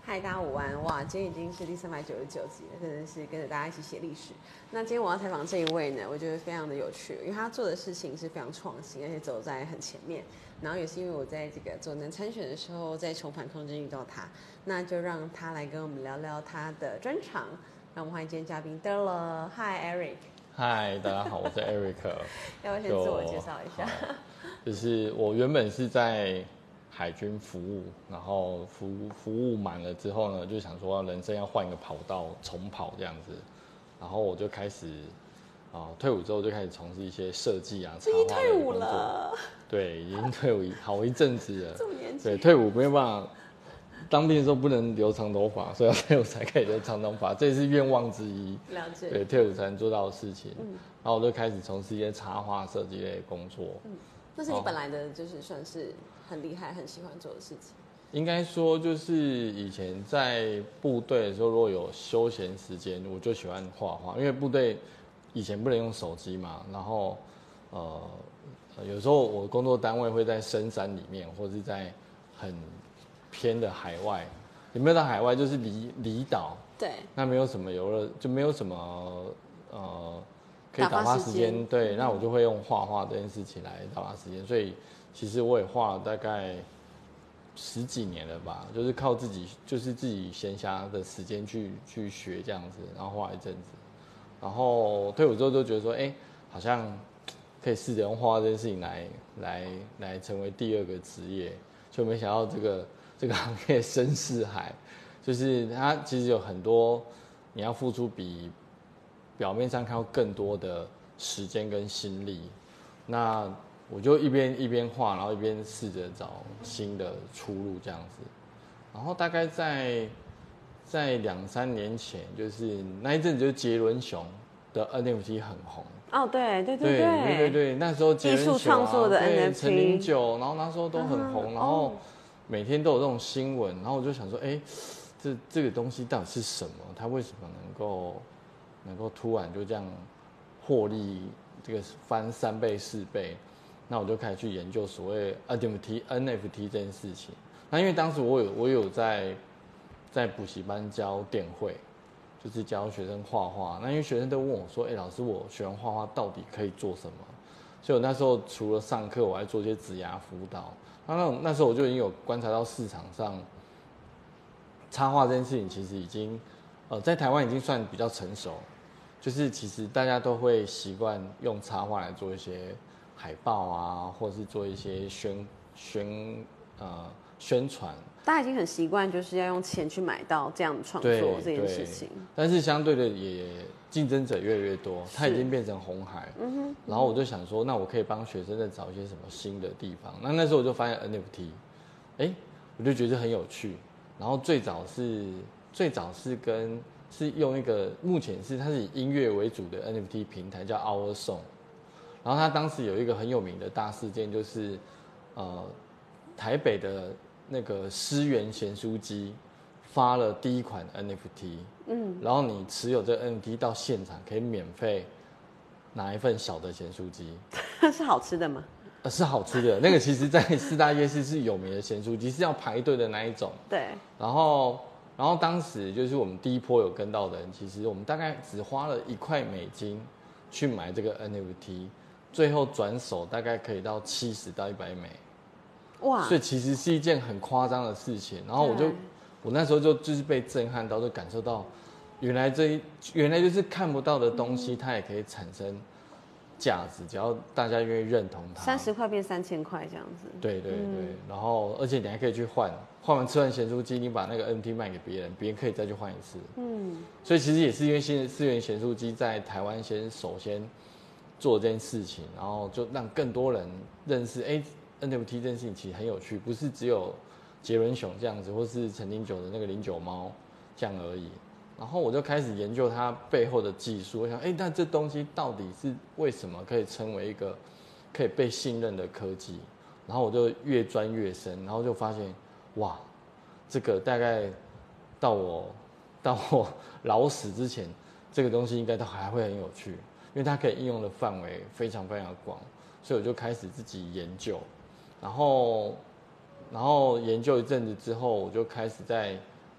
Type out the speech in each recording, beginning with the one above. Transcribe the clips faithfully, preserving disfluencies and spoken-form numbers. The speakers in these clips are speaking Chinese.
嗨，大家午安！哇，今天已经是第三百九十九集了，真的是跟着大家一起写历史。那今天我要采访这一位呢，我觉得非常的有趣，因为他做的事情是非常创新，而且走在很前面。然后也是因为我在这个左能参选的时候，在重返空间遇到他，那就让他来跟我们聊聊他的专长。让我们欢迎今天嘉宾德了，嗨 Eric。 嗨，大家好，我是 Eric。 要不要先自我介绍一下？ 就是我原本是在海军服务，然后服服务满了之后呢，就想说人生要换一个跑道，重跑这样子。然后我就开始啊、呃，退伍之后就开始从事一些设计啊、插画的工作。对，已经退伍好一阵子了。 这么年轻。 对，退伍没有办法。当兵的时候不能留长头发，所以要退伍才可以留长头发，这也是愿望之一。 了解。 对，退伍才能做到的事情。嗯。然后我就开始从事一些插画设计类的工作。 嗯。那是你本来的，就是算是很厉害、很喜欢做的事情。 应该说，就是以前在部队的时候，如果有休闲时间，我就喜欢画画，因为部队以前不能用手机嘛，然后呃，有时候我工作单位会在深山里面，或是在很偏的海外，也没有到海外，就是离离岛。 对。 那没有什么游乐，就没有什么呃可以打发时间。对，那我就会用画画这件事情来打发时间。所以其实我也画了大概十几年了吧，就是靠自己，就是自己闲暇的时间去去学这样子，然后画一阵子。然后退伍之后就觉得说，哎、欸，好像可以试着用画画这件事情来来来成为第二个职业，就没想到这个。这个行业深似海，就是它其实有很多你要付出比表面上看到更多的时间跟心力。那我就一边一边画，然后一边试着找新的出路这样子。然后大概在在两三年前，就是那一阵子，就杰伦熊的 N F T 很红。 哦，对对对对对对对，那时候杰伦熊、啊、 艺术创作的 N F T， 陈零九，然后那时候都很红， 嗯、 然后。 哦每天都有这种新闻，然后我就想说，哎、欸，这这个东西到底是什么？它为什么能够能够突然就这样获利，这个翻三倍四倍？那我就开始去研究所谓 N F T N F T 这件事情。那因为当时我有我有在在补习班教电绘，就是教学生画画。那因为学生都问我说，哎、欸，老师，我学完画画到底可以做什么？所以我那时候除了上课，我还做一些职涯辅导。那那那时候我就已经有观察到市场上插画这件事情，其实已经呃在台湾已经算比较成熟，就是其实大家都会习惯用插画来做一些海报啊，或者是做一些宣宣呃宣传。 大家已经很习惯，就是要用钱去买到这样的创作这件事情。 但是相对的也竞争者越来越多，它已经变成红海。嗯哼。然后我就想说，那我可以帮学生再找一些什么新的地方。那那时候我就发现 N F T， 哎，我就觉得很有趣。然后最早是最早是跟是用一个目前是它是以音乐为主的 N F T 平台叫 Our Song。然后它当时有一个很有名的大事件，就是呃台北的那个思源咸酥鸡发了第一款 N F T， 嗯，然后你持有这个 N F T 到现场可以免费拿一份小的咸酥鸡。 是好吃的吗？ 呃，是好吃的。那个其实在四大夜市是有名的咸酥鸡，是要排队的那一种。 对。 然后，然后当时就是我们第一波有跟到的人，其实我们大概只花了一块美金去买这个 N F T， 最后转手大概可以到七十到一百美。哇！所以其实是一件很夸张的事情。然后我就，我那时候就就是被震撼到，就感受到，原来这一原来就是看不到的东西，它也可以产生价值，只要大家愿意认同它。 三十块变三千块这样子。 对对对，嗯、然后而且你还可以去换，换完吃完咸酥鸡，你把那个 N F T 卖给别人，别人可以再去换一次。嗯。所以其实也是因为现思源咸酥鸡在台湾先首先做这件事情，然后就让更多人认识，哎。N F T 这件事情其实很有趣，不是只有杰伦熊这样子，或是陈零九的那个零九猫这样而已。然后我就开始研究它背后的技术，我想，哎、欸，那这东西到底是为什么可以称为一个可以被信任的科技？然后我就越钻越深，然后就发现，哇，这个大概到我到我老死之前，这个东西应该都还会很有趣，因为它可以应用的范围非常非常广，所以我就开始自己研究。然后，然后研究一阵子之后，我就开始在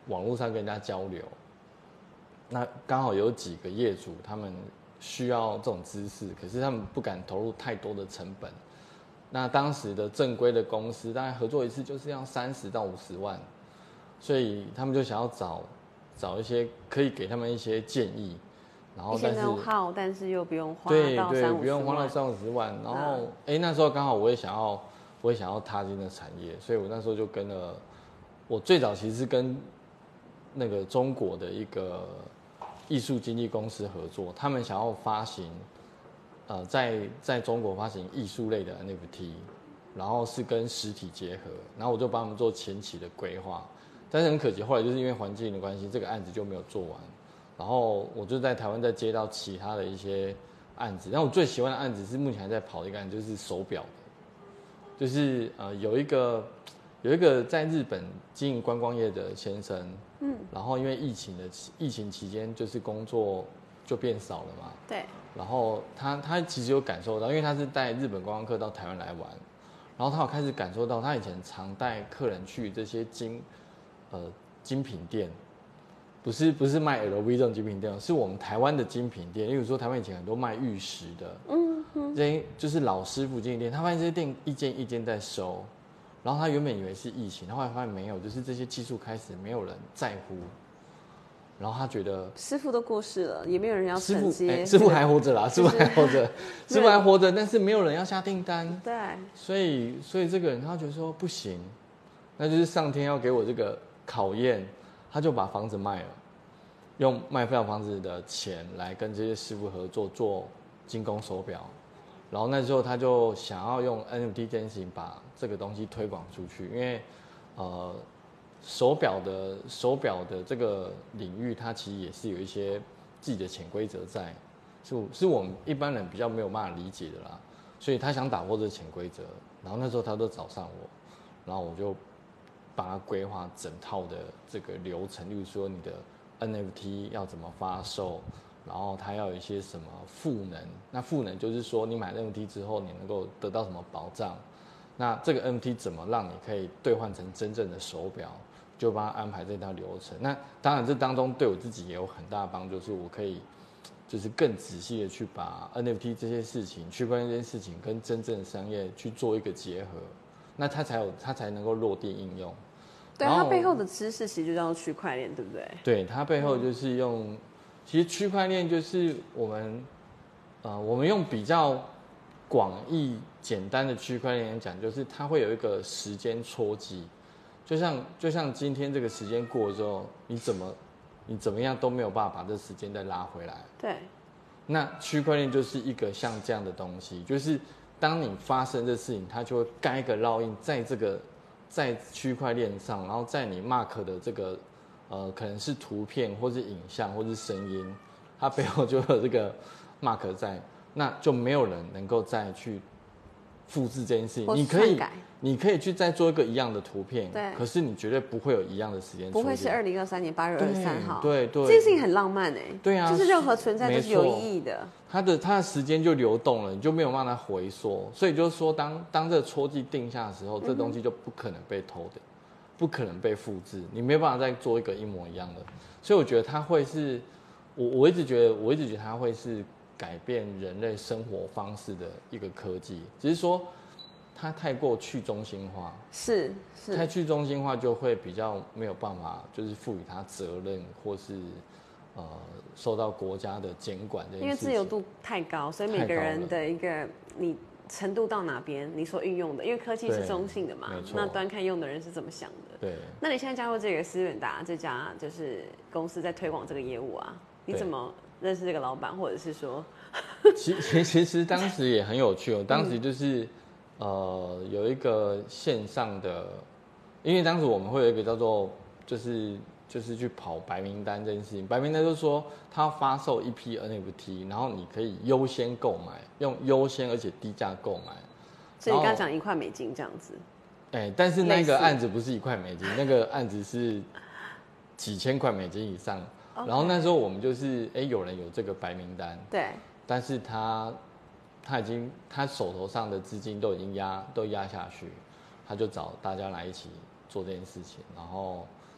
网络上跟人家交流。那刚好有几个业主，他们需要这种知识，可是他们不敢投入太多的成本。那当时的正规的公司，大概合作一次就是要三十到五十万，所以他们就想要找找一些可以给他们一些建议，然后但是耗，但是又不用花对对， 到三五十万， 不用花到三五十万。然后哎、嗯，那时候刚好我也想要，我也想要踏进这产业，所以我那时候就跟了，我最早其实是跟那个中国的一个艺术经纪公司合作，他们想要发行。呃，在在中国发行艺术类的 N F T， 然后是跟实体结合，然后我就帮他们做前期的规划，但是很可惜，后来就是因为环境的关系，这个案子就没有做完。然后我就在台湾再接到其他的一些案子，然后我最喜欢的案子是目前还在跑的一个案子，就是手表的，就是呃有一个有一个在日本经营观光业的先生，嗯，然后因为疫情的疫情期间，就是工作就变少了嘛， 对。 然后他他其实有感受到，因为他是带日本观光客到台湾来玩，然后他有开始感受到，他以前常带客人去这些精呃精品店，不是不是卖 L V 这种精品店，是我们台湾的精品店。例如说台湾以前很多卖玉石的，嗯嗯，这些就是老师傅精品店，他发现这些店一间一间在收，然后他原本以为是疫情，后来发现没有，就是这些技术开始没有人在乎。然后他觉得师傅都过世了，也没有人要承接。 师傅、欸、师傅还活着啦，师傅还活着，师傅还活着，但是没有人要下订单。 对， 所以所以这个人他觉得说不行，那就是上天要给我这个考验，他就把房子卖了，用卖掉房子的钱来跟这些师傅合作做精工手表，然后那时候他就想要用 N F T 这件事情把这个东西推广出去，因为呃。手表的手表的这个领域，它其实也是有一些自己的潜规则在，是是我们一般人比较没有办法理解的啦。所以他想打破这个潜规则，然后那时候他都找上我，然后我就帮他规划整套的这个流程，例如说你的 N F T 要怎么发售，然后它要有一些什么赋能。那赋能就是说你买 N F T 之后，你能够得到什么保障？那这个 N F T 怎么让你可以兑换成真正的手表？就帮他安排这套流程。那当然，这当中对我自己也有很大的帮助，就是我可以就是更仔细的去把 N F T 这些事情、区块链这件事情跟真正的商业去做一个结合，那它才有它才能够落地应用。 对，它背后的知识其实就叫做区块链，对不对？ 对，它背后就是用，嗯、其实区块链就是我们呃，我们用比较广义简单的区块链来讲，就是它会有一个时间戳记。就像就像今天这个时间过了之后，你怎么你怎么样都没有办法把这时间再拉回来。 对。 那区块链就是一个像这样的东西，就是当你发生这事情，它就会盖一个烙印在这个在区块链上，然后在你 mark 的这个呃可能是图片或是影像或是声音，它背后就有这个 mark 在，那就没有人能够再去复制这件事情。你可以。你可以去再做一个一样的图片， 对， 可是你绝对不会有一样的时间， 不会是二零二三年八月二十三号， 对 对, 对， 这件事情很浪漫哎， 对啊， 就是任何存在都是有意义的， 它的它的时间就流动了，你就没有办法回缩，所以就是说当当这个戳记定下的时候，这东西就不可能被偷的，不可能被复制，你没有办法再做一个一模一样的，所以我觉得它会是，我我一直觉得我一直觉得它会是改变人类生活方式的一个科技，只是说。它太过去中心化， 是是， 太去中心化就会比较没有办法，就是赋予它责任，或是呃受到国家的监管这件事情。 因为自由度太高，所以每个人的一个你程度到哪边，你所运用的，因为科技是中性的嘛，那端看用的人是怎么想的。 对。 那你现在加入这个思远达这家就是公司在推广这个业务啊，你怎么认识这个老板，或者是说？ 其其其实当时也很有趣哦，当时就是。嗯呃，有一个线上的，因为当时我们会有一个叫做，就是就是去跑白名单这件事情。白名单就是说，他要发售一批 N F T， 然后你可以优先购买，用优先而且低价购买。 所以你刚刚讲一块美金这样子。 哎、欸，但是那个案子不是一块美金，那个案子是几千块美金以上。Okay. 然后那时候我们就是，哎、欸，有人有这个白名单， 对， 但是他。他已经，他手头上的资金都已经压都压下去，他就找大家来一起做这件事情。然后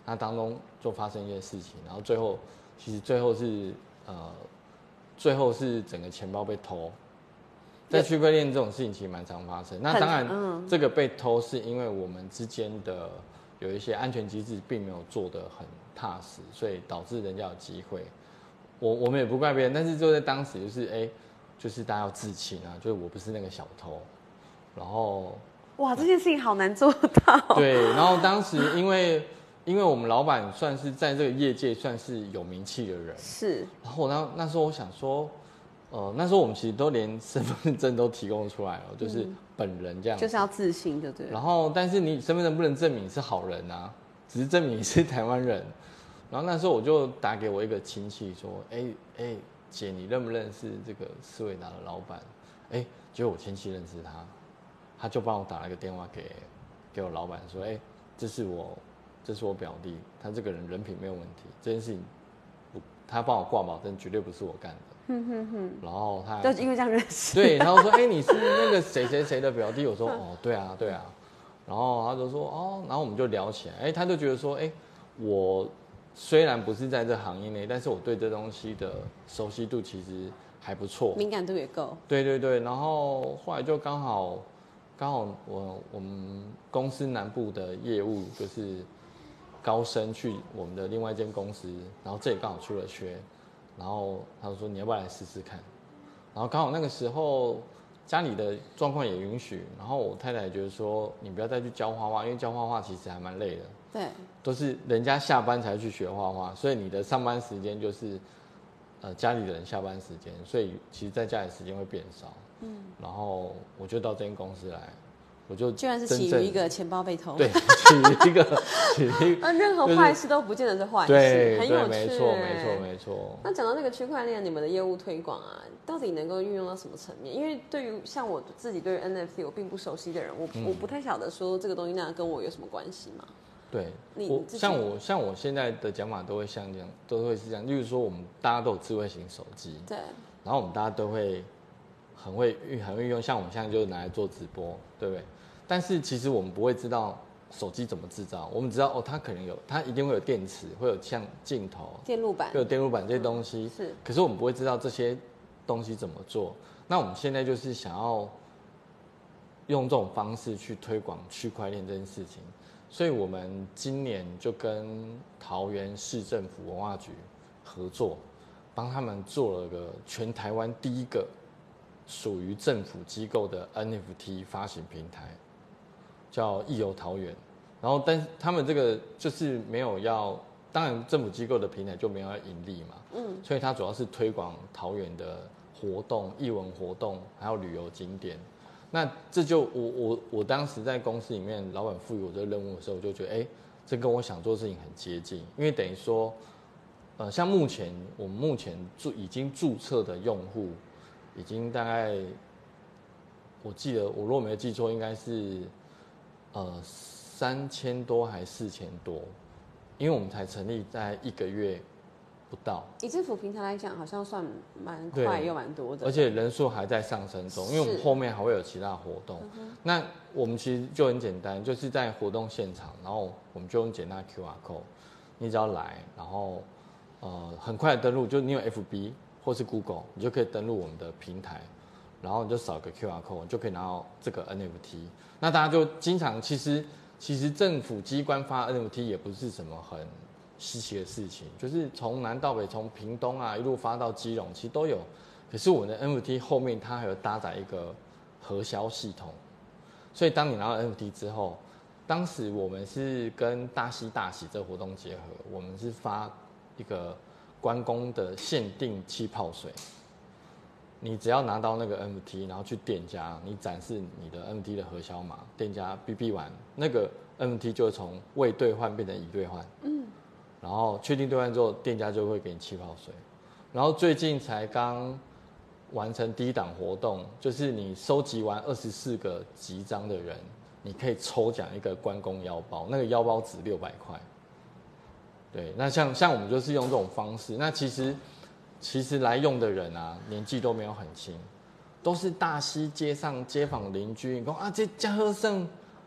那当中就发生一些事情，然后最后其实最后是呃，最后是整个钱包被偷。在区块链这种事情其实蛮常发生。那当然，嗯、这个被偷是因为我们之间的有一些安全机制并没有做得很踏实，所以导致人家有机会。我我们也不怪别人，但是就在当时就是哎、欸，就是大家要自清啊，就是我不是那个小偷。然后哇，这件事情好难做到。 对，然后当时因为因为我们老板算是在这个业界算是有名气的人， 是。 然后那那时候我想说。呃，那时候我们其实都连身份证都提供出来了，就是本人这样、嗯， 就是要自信，对不对？ 然后，但是你身份证不能证明你是好人啊，只是证明你是台湾人。然后那时候我就打给我一个亲戚说：“哎、欸、哎、欸，姐，你认不认识这个斯维达的老板？”哎、欸，结果我亲戚认识他，他就帮我打了一个电话给给我老板说：“哎、欸，这是我，这是我表弟，他这个人人品没有问题，这件事情不，他帮我挂保证，绝对不是我干的。”哼哼哼，然后他就因为这样认识， 对，然后说，哎、欸，你是那个谁谁谁的表弟？我说，哦，对啊，对啊。然后他就说，哦，然后我们就聊起来，哎、欸，他就觉得说，哎、欸，我虽然不是在这行业内，但是我对这东西的熟悉度其实还不错， 敏感度也够。 对对对，然后后来就刚好，刚好我我们公司南部的业务就是高升去我们的另外一间公司，然后这里刚好出了缺。然后他就说你要不要来试试看，然后刚好那个时候家里的状况也允许，然后我太太也觉得说你不要再去教画画，因为教画画其实还蛮累的， 对， 都是人家下班才去学画画，所以你的上班时间就是呃家里的人下班时间，所以其实在家里时间会变少，嗯，然后我就到这间公司来。我就居然是起于一个钱包被偷， 对，起于一个，起于那任何坏事都不见得是坏事， 对， 很有趣， 没错，没错，没错。 那讲到那个区块链，你们的业务推广啊，到底能够运用到什么层面？因为对于像我自己对于 N F T 我并不熟悉的人，我、嗯、我不太晓得说这个东西那跟我有什么关系嘛？ 对，我像我像我现在的讲法都会像这样，都会是这样。例如说，我们大家都有智慧型手机， 对， 然后我们大家都会很会运很会运用，像我们现在就拿来做直播，对不对？但是其实我们不会知道手机怎么制造，我们知道哦，它可能有，它一定会有电池，会有像镜头、 电路板， 会有电路板这些东西。嗯、是，可是我们不会知道这些东西怎么做。那我们现在就是想要用这种方式去推广区块链这件事情，所以我们今年就跟桃园市政府文化局合作，帮他们做了个全台湾第一个属于政府机构的 N F T 发行平台。叫艺游桃园，然后但是他们这个就是没有要，当然政府机构的平台就没有要盈利嘛，嗯，所以它主要是推广桃园的活动、艺文活动，还有旅游景点。那这就我我我当时在公司里面，老板赋予我这个任务的时候，我就觉得，哎、欸，这跟我想做的事情很接近，因为等于说，呃，像目前我们目前注已经注册的用户，已经大概，我记得我如果没有记错，应该是。呃，三千多还四千多，因为我们才成立在一个月不到。 以政府平台来讲，好像算蛮快又蛮多的， 而且人数还在上升中，因为我们后面还会有其他活动。嗯、那我们其实就很简单，就是在活动现场，然后我们就用简单 Q R code， 你只要来，然后呃很快的登录，就你有 F B 或是 Google， 你就可以登录我们的平台。然后你就扫个 Q R code， 就可以拿到这个 N F T。那大家就经常，其实其实政府机关发 N F T 也不是什么很稀奇的事情，就是从南到北，从屏东啊一路发到基隆，其实都有。可是我们的 N F T 后面它还有搭载一个核销系统，所以当你拿到 N F T 之后，当时我们是跟大溪大喜这个活动结合，我们是发一个关公的限定气泡水。你只要拿到那个 N F T， 然后去店家，你展示你的 N F T 的核销码，店家 B B 完，那个 N F T 就会从未兑换变成已兑换。嗯。然后确定兑换之后，店家就会给你气泡水。然后最近才刚完成第一档活动，就是你收集完二十四个集章的人，你可以抽奖一个关公腰包，那个腰包值六百块。对，那像像我们就是用这种方式，那其实。其实来用的人啊，年纪都没有很轻，都是大溪街上街坊邻居。你说啊，这嘉禾胜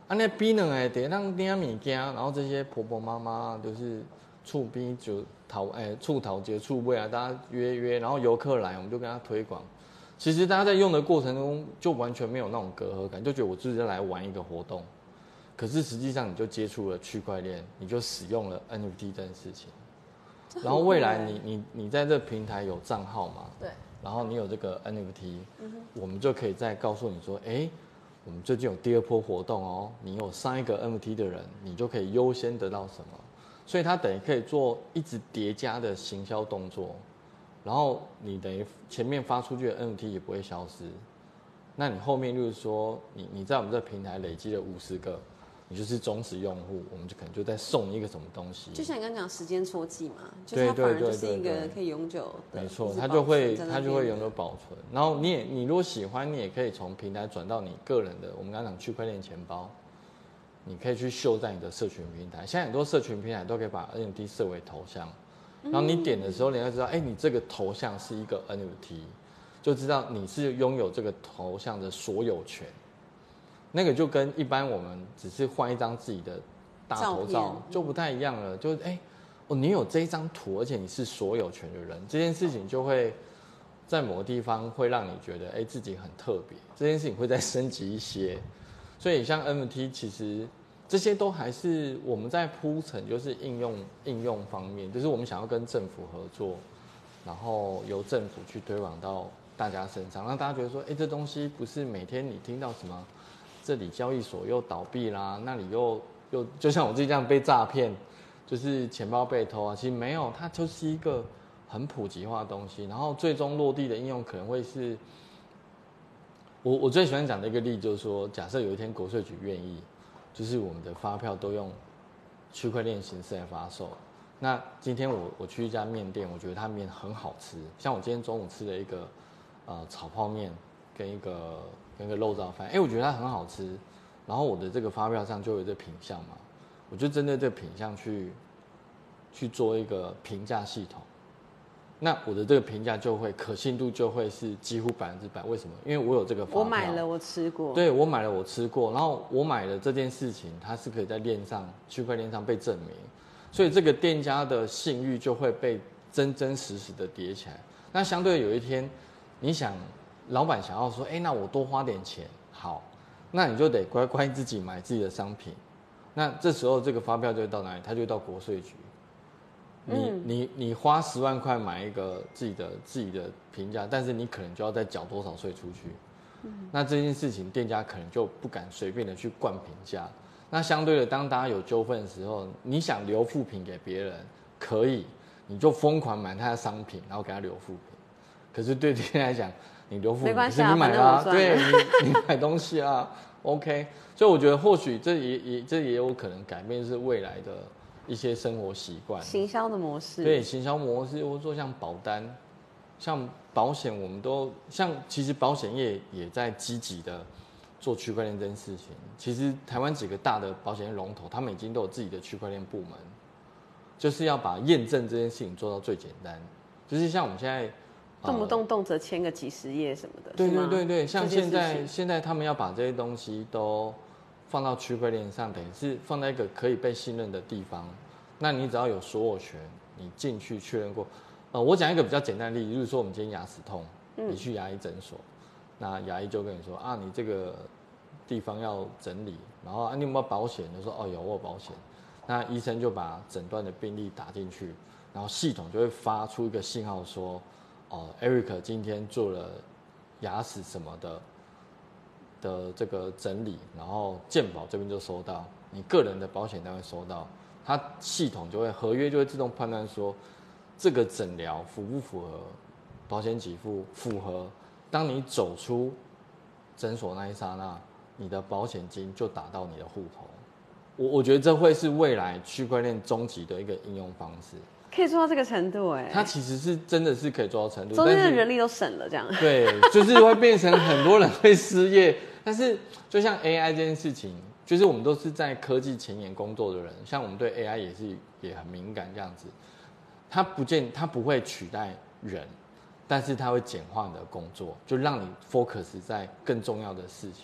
啊，那逼两个得让订物件，然后这些婆婆妈妈就是厝边就头哎厝头接厝尾啊，大家约约，然后游客来我们就跟他推广。其实大家在用的过程中就完全没有那种隔阂感，就觉得我就是来玩一个活动。可是实际上你就接触了区块链，你就使用了 N F T 这件事情。然后未来你你你在这平台有账号嘛？ 对。 然后你有这个 N F T，、嗯、我们就可以再告诉你说，哎，我们最近有第二波活动哦，你有上一个 N F T 的人，你就可以优先得到什么。所以它等于可以做一直叠加的行销动作，然后你等于前面发出去的 N F T 也不会消失。那你后面就是说，你你在我们这个平台累积了五十个。你就是忠实用户，我们就可能就再送一个什么东西， 就像你刚刚讲时间戳记嘛，就是它反而就是一个可以永久的， 没错，它就会它就会永久保存。然后你也你如果喜欢，你也可以从平台转到你个人的，我们刚刚讲区块链钱包，你可以去秀在你的社群平台。现在很多社群平台都可以把 N F T 设为头像，然后你点的时候，人家知道，哎，你这个头像是一个 N F T， 就知道你是拥有这个头像的所有权。那个就跟一般我们只是换一张自己的大头照就不太一样了，就是哎、欸，哦，你有这一张图，而且你是所有权的人，这件事情就会在某个地方会让你觉得哎、欸、自己很特别，这件事情会再升级一些。所以像 N F T 其实这些都还是我们在铺陈，就是应用应用方面，就是我们想要跟政府合作，然后由政府去推广到大家身上，让大家觉得说，哎、欸，这东西不是每天你听到什么。这里交易所又倒闭啦，那里又又就像我自己这样被诈骗，就是钱包被偷啊。其实没有，它就是一个很普及化的东西。然后最终落地的应用可能会是，我我最喜欢讲的一个例就是说，假设有一天国税局愿意，就是我们的发票都用区块链形式来发售。那今天我我去一家面店，我觉得它面很好吃，像我今天中午吃了一个呃炒泡面跟一个。跟个肉燥饭，哎、欸，我觉得它很好吃，然后我的这个发票上就有这品项嘛，我就针对这个品项去去做一个评价系统，那我的这个评价就会可信度就会是几乎百分之百。为什么？因为我有这个发票， 我买了，我吃过， 对我买了，我吃过，然后我买了这件事情，它是可以在链上区块链上被证明，所以这个店家的信誉就会被真真实实的叠起来。那相对有一天，你想。老板想要说，哎、欸，那我多花点钱，好，那你就得乖乖自己买自己的商品。那这时候这个发票就会到哪里？它就会到国税局。你、嗯、你你花十万块买一个自己的自己的评价，但是你可能就要再缴多少税出去。嗯、那这件事情，店家可能就不敢随便的去灌评价。那相对的，当大家有纠纷的时候，你想留负评给别人，可以，你就疯狂买他的商品，然后给他留负评。可是对店家来讲，你留负评，可是你买啦、啊，对你你买东西啊 ，OK， 所以我觉得或许这也也这也有可能改变是未来的一些生活习惯， 行销的模式， 对行销模式，或者说像保单、像保险，我们都像其实保险业也在积极的做区块链这件事情。其实台湾几个大的保险业龙头，他们已经都有自己的区块链部门，就是要把验证这件事情做到最简单，就是像我们现在。 动不动动辄签个几十页什么的， 对对对对，像现在现在他们要把这些东西都放到区块链上，等于是放在一个可以被信任的地方。那你只要有所有权，你进去确认过。呃，我讲一个比较简单的例子，就是说我们今天牙齿痛，你去牙医诊所，嗯、那牙医就跟你说啊，你这个地方要整理，然后啊你有没有保险？你说哦有，我有保险。那医生就把诊断的病历打进去，然后系统就会发出一个信号说。哦 ，Eric 今天做了牙齿什么的的这个整理，然后健保这边就收到，你个人的保险单位收到，它系统就会合约就会自动判断说这个诊疗符不符合保险给付，符合。当你走出诊所那一刹那，你的保险金就打到你的户头。我我觉得这会是未来区块链终极的一个应用方式。 可以做到这个程度哎、欸， 它其实是真的是可以做到程度， 中间的人力都省了这样。 对，就是会变成很多人会失业。但是就像 A I 这件事情，就是我们都是在科技前沿工作的人，像我们对 A I 也是也很敏感这样子。它不见它不会取代人，但是它会简化你的工作，就让你 focus 在更重要的事情。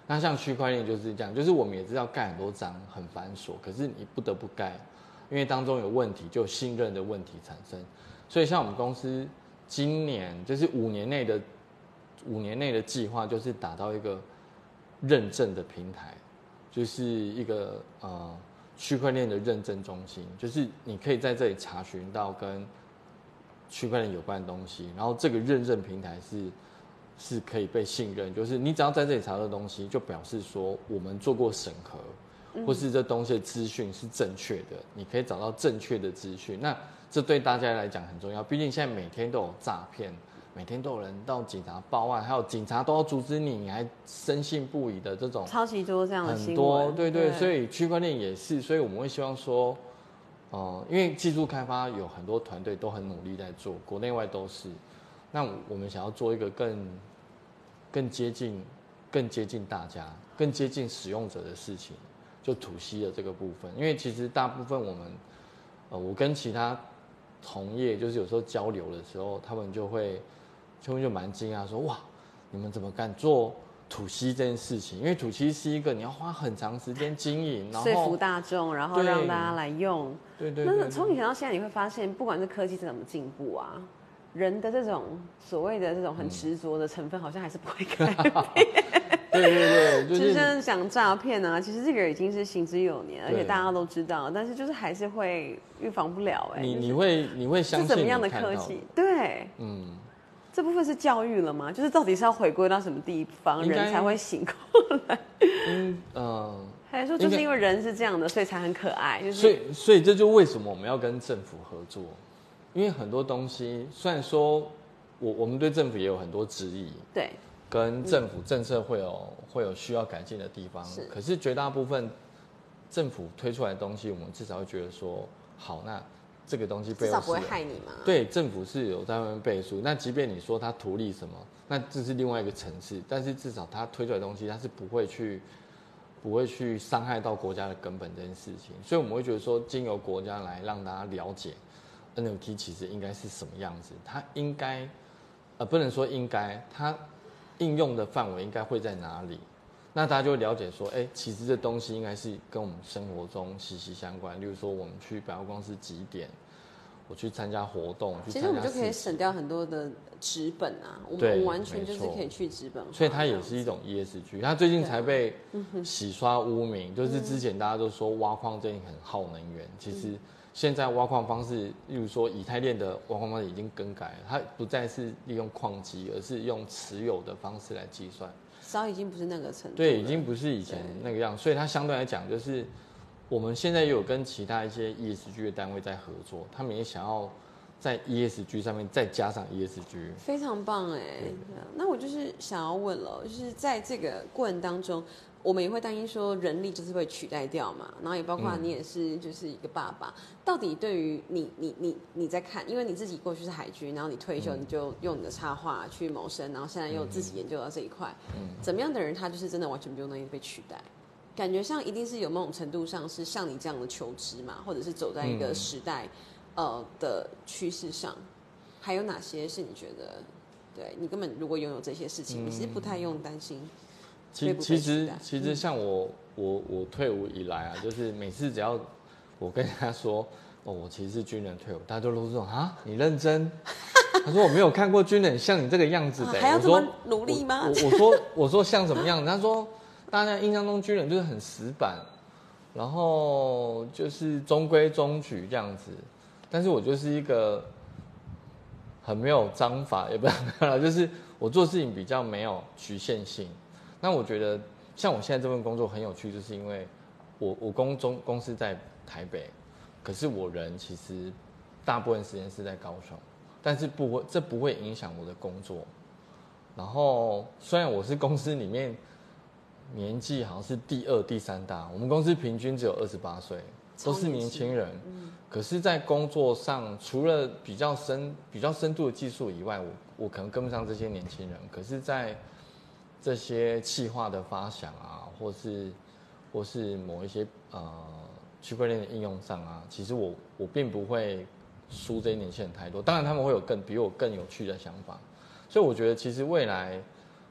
那像区块链就是这样，就是我们也知道盖很多章很繁琐，可是你不得不盖，因为当中有问题，就有信任的问题产生。所以像我们公司今年就是五年内的五年内的计划，就是打到一个认证的平台，就是一个呃区块链的认证中心，就是你可以在这里查询到跟区块链有关的东西，然后这个认证平台是。是可以被信任，就是你只要在这里查到东西，就表示说我们做过审核，嗯、或是这东西的资讯是正确的，你可以找到正确的资讯。那这对大家来讲很重要，毕竟现在每天都有诈骗，每天都有人到警察报案，还有警察都要阻止你，你还深信不疑的这种， 超级多这样的新闻。 很多，对 对, 对，所以区块链也是，所以我们会希望说，呃，因为技术开发有很多团队都很努力在做，国内外都是。那我们想要做一个更更接近、更接近大家、更接近使用者的事情，就土稀的这个部分。因为其实大部分我们，呃，我跟其他同业就是有时候交流的时候，他们就会，就会就蛮惊讶说，哇，你们怎么敢做土稀这件事情？因为土稀是一个你要花很长时间经营，然后说服大众，然后让大家来用。 对对 对, 对。 那从以前到现在，你会发现，不管是科技怎么进步啊。人的这种所谓的这种很执着的成分，好像还是不会改变。 对对对，就是像讲诈骗啊，其实这个已经是行之有年，而且大家都知道，但是就是还是会预防不了哎、欸。 你你会你会相信是怎么样的科技？对，嗯，这部分是教育了吗？就是到底是要回归到什么地方，人才会醒过来？嗯呃，还是说就是因为人是这样的，所以才很可爱？就是、 所以所以这就为什么我们要跟政府合作。因为很多东西，虽然说我我们对政府也有很多质疑， 对， 跟政府政策会有、嗯、会有需要改进的地方，是可是绝大部分政府推出来的东西，我们至少会觉得说，好，那这个东西背后至少不会害你嘛。 对，政府是有在外面背书，那即便你说它图利什么，那这是另外一个层次，但是至少它推出来的东西，它是不会去不会去伤害到国家的根本这件事情，所以我们会觉得说，经由国家来让大家了解。N F T 其实应该是什么样子？它应该，呃，不能说应该，它应用的范围应该会在哪里？那大家就会了解说，哎、欸，其实这东西应该是跟我们生活中息息相关。例如说，我们去百货公司集点，我去参加活动， 其实我们就可以省掉很多的纸本啊，我们完全就是可以去纸本化。 所以它也是一种 E S G， 它最近才被洗刷污名，就是之前大家都说挖矿这件很耗能源，其实。现在挖矿方式，例如说以太链的挖矿方式已经更改了，它不再是利用矿机，而是用持有的方式来计算。 早已经不是那个程度。 对，已经不是以前那个样，所以它相对来讲，就是我们现在也有跟其他一些 E S G 的单位在合作，他们也想要在 E S G 上面再加上 E S G。 非常棒哎！那我就是想要问了，就是在这个过程当中。我们也会担心说人力就是会取代掉嘛，然后也包括你也是就是一个爸爸，嗯、到底对于你你你你在看，因为你自己过去是海军，然后你退休你就用你的插画去谋生，然后现在又自己研究到这一块，嗯、怎么样的人他就是真的完全不用东西被取代？感觉上一定是有某种程度上是像你这样的求知嘛，或者是走在一个时代、嗯、呃的趋势上，还有哪些是你觉得对你根本如果拥有这些事情，嗯、你是不太用担心？ 其其实其实像我我我退伍以来啊，就是每次只要我跟他说哦，我其实是军人退伍，大家都都说啊，你认真？他说我没有看过军人像你这个样子的、欸啊， 还要这么努力吗？ 我, 我, 我说我说像什么样子？他说大家印象中军人就是很死板，然后就是中规中矩这样子，但是我就是一个很没有章法，也不是就是我做事情比较没有局限性。那我觉得像我现在这份工作很有趣，就是因为我我公中公司在台北，可是我人其实大部分时间是在高雄，但是不会这不会影响我的工作。然后虽然我是公司里面年纪好像是第二第三大，我们公司平均只有二十八岁，都是年轻人。嗯、可是，在工作上除了比较深比较深度的技术以外，我我可能跟不上这些年轻人。可是，在这些企划的发想啊，或是或是某一些呃区块链的应用上啊，其实我我并不会输这些年轻人太多。当然，他们会有更比我更有趣的想法，所以我觉得其实未来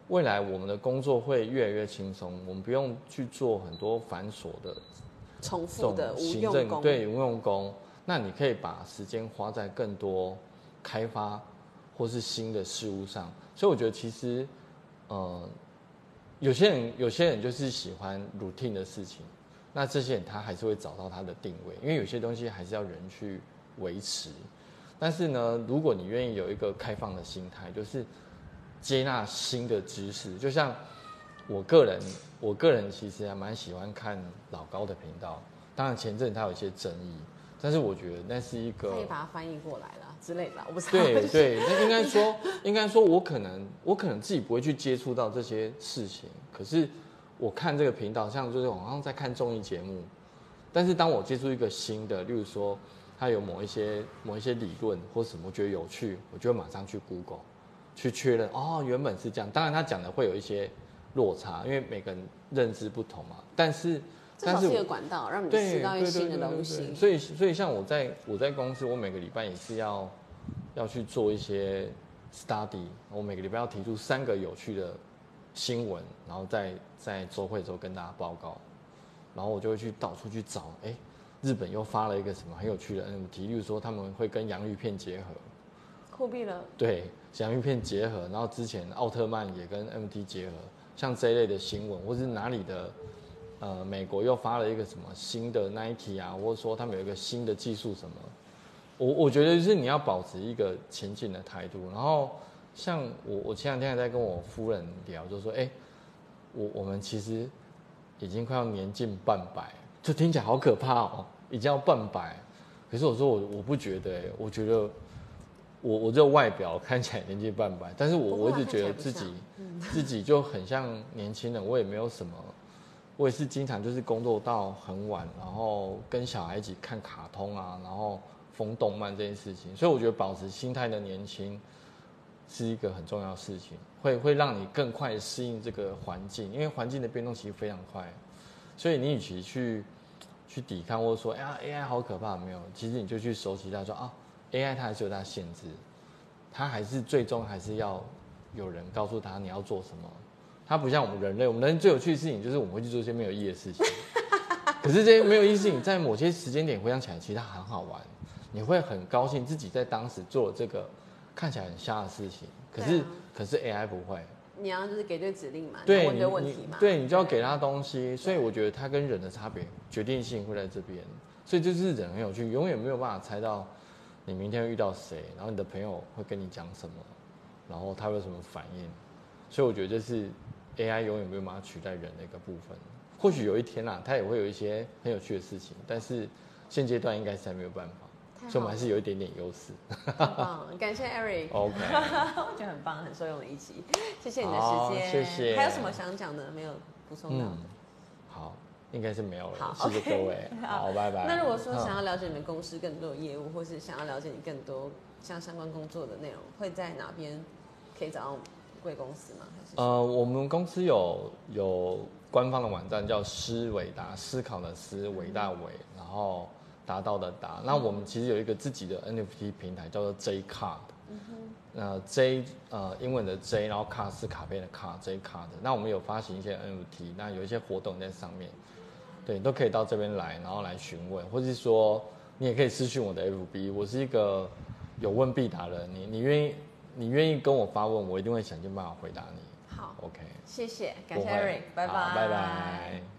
未来我们的工作会越来越轻松，我们不用去做很多繁琐的、 重复的无行用功。 政对无用功，那你可以把时间花在更多开发或是新的事物上。所以我觉得其实，呃，有些人有些人就是喜欢 routine 的事情，那这些人他还是会找到他的定位，因为有些东西还是要人去维持。但是呢，如果你愿意有一个开放的心态，就是接纳新的知识，就像我个人，我个人其实还蛮喜欢看老高的频道。当然前阵他有一些争议，但是我觉得那是一个可以把它翻译过来了之类的，我不知道。 对对，那应该说，应该说我可能我可能自己不会去接触到这些事情，可是我看这个频道，像就是好像在看综艺节目，但是当我接触一个新的，例如说他有某一些某一些理论或什么，我觉得有趣，我就会马上去 Google 去确认，哦，原本是这样。当然他讲的会有一些落差，因为每个人认知不同嘛。但是， 但是，是一个管道，让你知道一些新的东西。 所以，所以像我在我在公司，我每个礼拜也是要要去做一些 study， 我每个礼拜要提出三个有趣的新闻，然后在在周会的时候跟大家报告，然后我就会去到处去找，哎、欸，日本又发了一个什么很有趣的 N F T， 例如说他们会跟洋芋片结合。 酷毙了！ 对，洋芋片结合，然后之前奥特曼也跟 N F T 结合，像这一类的新闻，或是哪里的，呃，美国又发了一个什么新的 Nike 啊，或者说他们有一个新的技术什么，我我觉得就是你要保持一个前进的态度。然后像我我前两天还在跟我夫人聊，就说，哎、欸，我我们其实已经快要年近半百，就听起来好可怕哦，已经要半百。可是我说我我不觉得、欸，我觉得。我我这外表看起来年纪半百，但是我我一直觉得自己、嗯、自己就很像年轻人，我也没有什么，我也是经常就是工作到很晚，然后跟小孩一起看卡通啊，然后疯动漫这件事情，所以我觉得保持心态的年轻是一个很重要的事情，会会让你更快适应这个环境，因为环境的变动其实非常快，所以你与其去去抵抗或者说哎呀 A I 好可怕没有，其实你就去熟悉它说啊。A I 它还是有它的限制，它还是最终还是要有人告诉他你要做什么。它不像我们人类，我们人最有趣的事情就是我们会去做一些没有意义的事情。可是这些没有意义的事情，在某些时间点回想起来，其实它很好玩，你会很高兴自己在当时做了这个看起来很瞎的事情。可是、啊、可是 A I 不会， 你要就是给对指令嘛， 对， 问对问题嘛， 对你就要给他东西。所以我觉得它跟人的差别决定性会在这边。所以就是人很有趣，永远没有办法猜到。你明天会遇到谁？然后你的朋友会跟你讲什么？然后他会有什么反应？所以我觉得这是 A I 永远没有办法取代人的一个部分。或许有一天啦，它也会有一些很有趣的事情，但是现阶段应该是还没有办法，所以我们还是有一点点优势。 很棒，感谢 Eric。 OK， 我觉得很棒，很受用的一集。谢谢你的时间， 谢谢。 还有什么想讲的没有补充到的？ 嗯，好。应该是没有了， 好， 谢谢各位，好，好拜拜。 那如果说想要了解你们公司更多的业务，或是想要了解你更多像相关工作的内容，会在哪边可以找到贵公司吗？还是呃， 我们公司有有官方的网站叫思维达，思考的思，伟大伟，然后达到的达。那我们其实有一个自己的 N F T 平台，叫做 J Card。嗯哼。那 J 呃英文的 J， 然后 Card 是卡片的卡 ，J Card。那我们有发行一些 N F T， 那有一些活动在上面。对，都可以到这边来，然后来询问，或是说你也可以私讯我的 F B， 我是一个有问必答人，你你愿意你愿意跟我发问，我一定会想尽办法回答你。 好 ，OK， 谢谢，感谢 Eric， 拜拜， 拜拜。